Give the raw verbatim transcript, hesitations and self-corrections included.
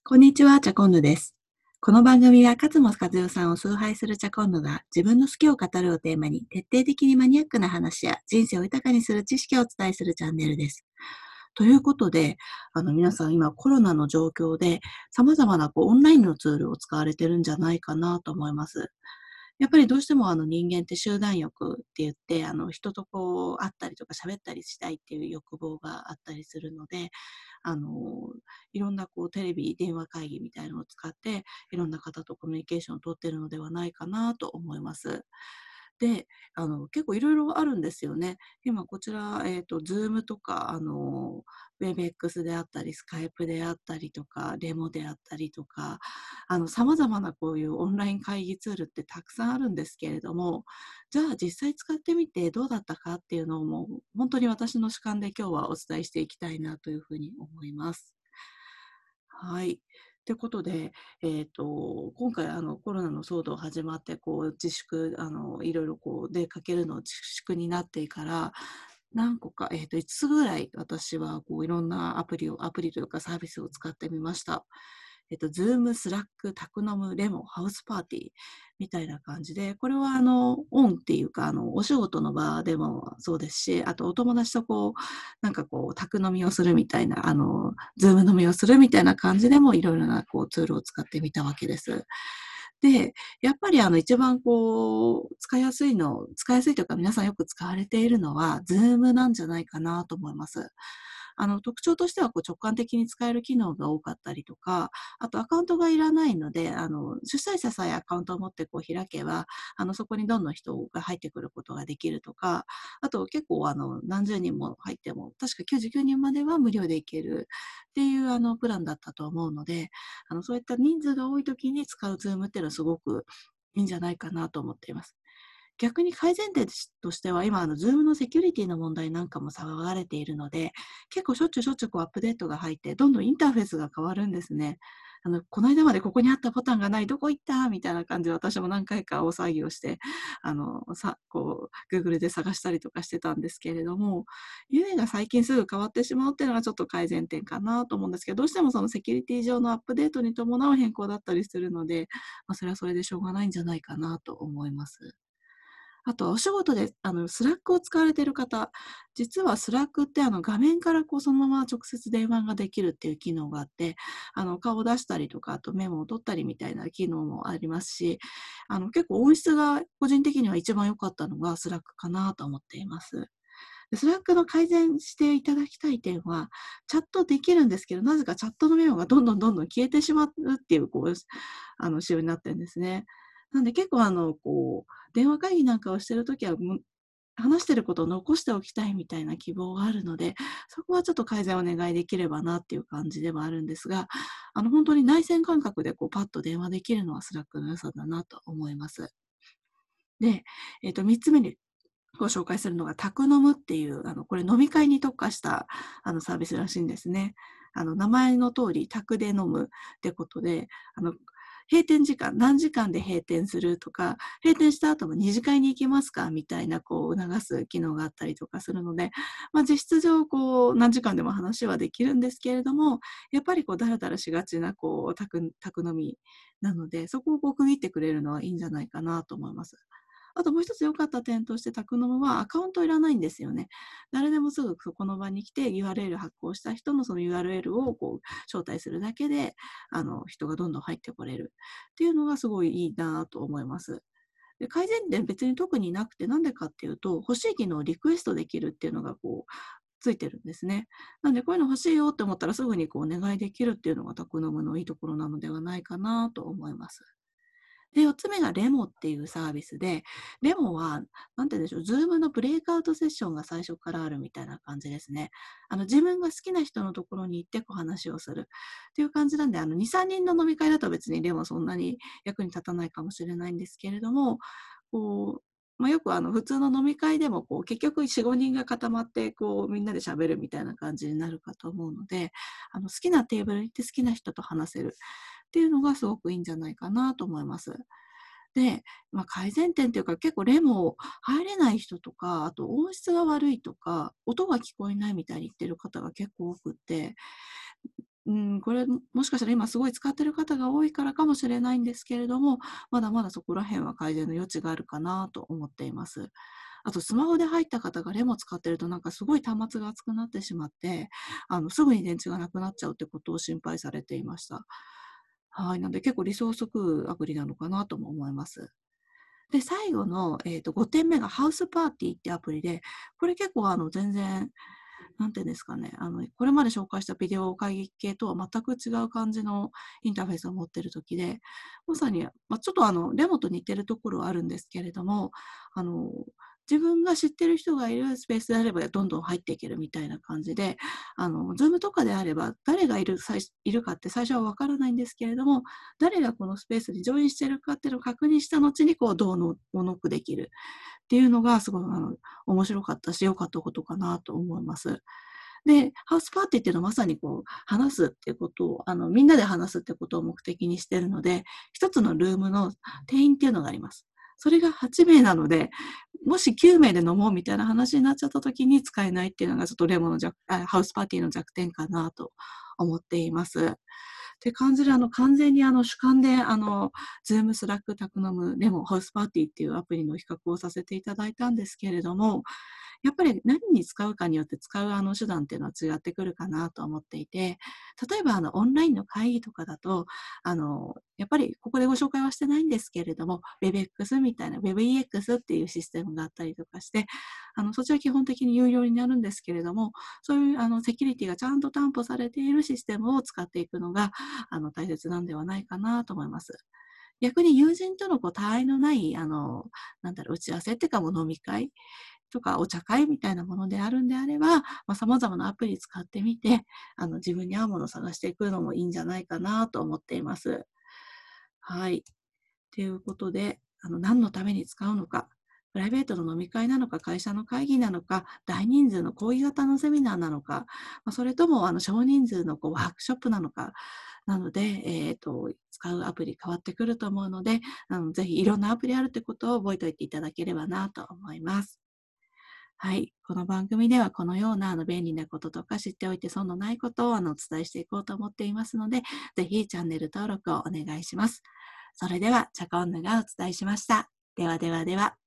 こんにちは、チャコンヌです。この番組は勝間和代さんを崇拝するチャコンヌが自分の好きを語るをテーマに徹底的にマニアックな話や人生を豊かにする知識をお伝えするチャンネルです。ということで、あの皆さん今コロナの状況で様々なこうオンラインのツールを使われてるんじゃないかなと思います。やっぱりどうしてもあの人間って集団欲って言って、あの人とこう会ったりとか喋ったりしたいっていう欲望があったりするので、あのいろんなこうテレビ、電話会議みたいなのを使っていろんな方とコミュニケーションを取っているのではないかなと思います。で、あの結構いろいろあるんですよね。今こちら、えっと、Zoom とか、あの、Webex であったり、Skype であったりとか、レモであったりとか、あの、様々なこういうオンライン会議ツールってたくさんあるんですけれども、じゃあ実際使ってみてどうだったかっていうのをもう本当に私の主観で今日はお伝えしていきたいなというふうに思います。はい。ということで、えっと、今回あのコロナの騒動始まって、こう自粛、あの、いろいろこう出かけるの自粛になってから、何個か、えっと、いつつぐらい私はこういろんなアプリを、アプリというかサービスを使ってみました。えっと、Zoom、Slack、タクノム、レモ、ハウスパーティーみたいな感じで、これはあの、オンっていうか、あの、お仕事の場でもそうですし、あとお友達とこう、なんかこう、宅飲みをするみたいな、あの、ズーム飲みをするみたいな感じでもいろいろなこうツールを使ってみたわけです。で、やっぱりあの一番こう、使いやすいの、使いやすいというか皆さんよく使われているのは、ズームなんじゃないかなと思います。あの特徴としてはこう直感的に使える機能が多かったりとか、あとアカウントがいらないので、あの主催者さえアカウントを持ってこう開けば、あのそこにどんどん人が入ってくることができるとか、あと結構あの何十人も入っても、確かきゅうじゅうきゅうにんまでは無料でいけるっていうあのプランだったと思うので、あのそういった人数が多い時に使うズームっていうのはすごくいいんじゃないかなと思っています。逆に改善点としては、今、あの、ズームのセキュリティの問題なんかも騒がれているので、結構しょっちゅうしょっちゅうこうアップデートが入って、どんどんインターフェースが変わるんですね。あの、この間までここにあったボタンがない、どこ行ったみたいな感じで私も何回か大騒ぎをして、あの、さ、こう、Google で探したりとかしてたんですけれども、ユーエー が最近すぐ変わってしまうっていうのがちょっと改善点かなと思うんですけど、どうしてもそのセキュリティ上のアップデートに伴う変更だったりするので、まあ、それはそれでしょうがないんじゃないかなと思います。あとはお仕事で、あの、スラックを使われている方、実はスラックってあの画面からこうそのまま直接電話ができるっていう機能があって、あの顔を出したりとか、あとメモを取ったりみたいな機能もありますし、あの結構音質が個人的には一番良かったのがスラックかなと思っています。でスラックの改善していただきたい点は、チャットできるんですけど、なぜかチャットのメモがどんどんどんどん消えてしまうっていう、こう、あの仕様になってるんですね。なんで結構あの、こう、電話会議なんかをしてるときは、話してることを残しておきたいみたいな希望があるので、そこはちょっと改善をお願いできればなっていう感じではあるんですが、あの、本当に内線感覚でこう、パッと電話できるのはスラックの良さだなと思います。で、えっと、三つ目にご紹介するのがタクノムっていう、あの、これ飲み会に特化したあのサービスらしいんですね。あの、名前の通り、タクで飲むってことで、あの、閉店時間、何時間で閉店するとか、閉店した後も二次会に行けますかみたいな、こう、促す機能があったりとかするので、まあ、実質上、こう、何時間でも話はできるんですけれども、やっぱりこう、だらだらしがちな、こう、タク、タク飲みなので、そこをこう、区切ってくれるのはいいんじゃないかなと思います。あともう一つ良かった点として、タクノムはアカウントいらないんですよね。誰でもすぐそこの場に来て ユーアールエル 発行した人のその ユーアールエル をこう招待するだけで、あの、人がどんどん入ってこれるっていうのがすごいいいなと思います。で、改善点別に特になくて、なんでかっていうと、欲しい機能をリクエストできるっていうのがこう、ついてるんですね。なんで、こういうの欲しいよって思ったらすぐにこうお願いできるっていうのがタクノムのいいところなのではないかなと思います。で、よっつめがレモっていうサービスで、レモは、なんて言うんでしょう、ズームのブレイクアウトセッションが最初からあるみたいな感じですね。あの、自分が好きな人のところに行ってこう話をするっていう感じなんで、あの、に、さんにんの飲み会だと別にレモそんなに役に立たないかもしれないんですけれども、こう、まあ、よくあの普通の飲み会でもこう結局よん、ごにんが固まってこうみんなで喋るみたいな感じになるかと思うので、あの好きなテーブルに行って好きな人と話せるっていうのがすごくいいんじゃないかなと思います。で、まあ、改善点っていうか、結構レモ入れない人とか、あと音質が悪いとか、音が聞こえないみたいに言ってる方が結構多くって、 うん、これもしかしたら今すごい使ってる方が多いからかもしれないんですけれども、まだまだそこら辺は改善の余地があるかなと思っています。あとスマホで入った方がレモ使ってるとなんかすごい端末が熱くなってしまって、あのすぐに電池がなくなっちゃうってことを心配されていました。はい。なんで結構リソース食うアプリなのかなとも思います。で、最後の、えっと、ごてんめがハウスパーティーってアプリで、これ結構あの全然、なんていうんですかね、あの、これまで紹介したビデオ会議系とは全く違う感じのインターフェースを持っている時で、まさに、まあ、ちょっとあの、レモと似てるところはあるんですけれども、あの、自分が知ってる人がいるスペースであればどんどん入っていけるみたいな感じで、あの、ズームとかであれば誰がいる、最いるかって最初はわからないんですけれども、誰がこのスペースにジョインしてるかっていうのを確認した後に、こう、どうのをノックできるっていうのがすごい、あの、面白かったし、良かったことかなと思います。で、ハウスパーティーっていうのはまさにこう、話すっていうことを、あの、みんなで話すってことを目的にしてるので、一つのルームの定員っていうのがあります。それがはちめいなので、もしきゅうめいで飲もうみたいな話になっちゃった時に使えないっていうのがちょっとレモの弱あハウスパーティーの弱点かなと思っています。って感じで、あの、完全にあの主観で、あの、ズーム、スラック、タクノム、レモン、ハウスパーティーっていうアプリの比較をさせていただいたんですけれども、やっぱり何に使うかによって使うあの手段っていうのは違ってくるかなと思っていて、例えばあのオンラインの会議とかだと、あの、やっぱりここでご紹介はしてないんですけれども、WebEx みたいな WebEX っていうシステムがあったりとかして、あの、そちら基本的に有料になるんですけれども、そういうあのセキュリティがちゃんと担保されているシステムを使っていくのが、あの、大切なんではないかなと思います。逆に友人とのこう、他愛のない、あの、なんだろう、打ち合わせっていうかもう飲み会とかお茶会みたいなものであるんであれば、まあ、様々なアプリ使ってみて、あの、自分に合うものを探していくのもいいんじゃないかなと思っています。はい。ということで、あの、何のために使うのか、プライベートの飲み会なのか、会社の会議なのか、大人数の講義型のセミナーなのか、まあ、それともあの少人数のこうワークショップなのか、なので、えっと、使うアプリ変わってくると思うので、あのぜひいろんなアプリあるってことを覚えておいていただければなと思います。はい。この番組ではこのようなあの便利なこととか知っておいて損のないことをあのお伝えしていこうと思っていますので、ぜひチャンネル登録をお願いします。それでは、チャコンヌがお伝えしました。ではではでは。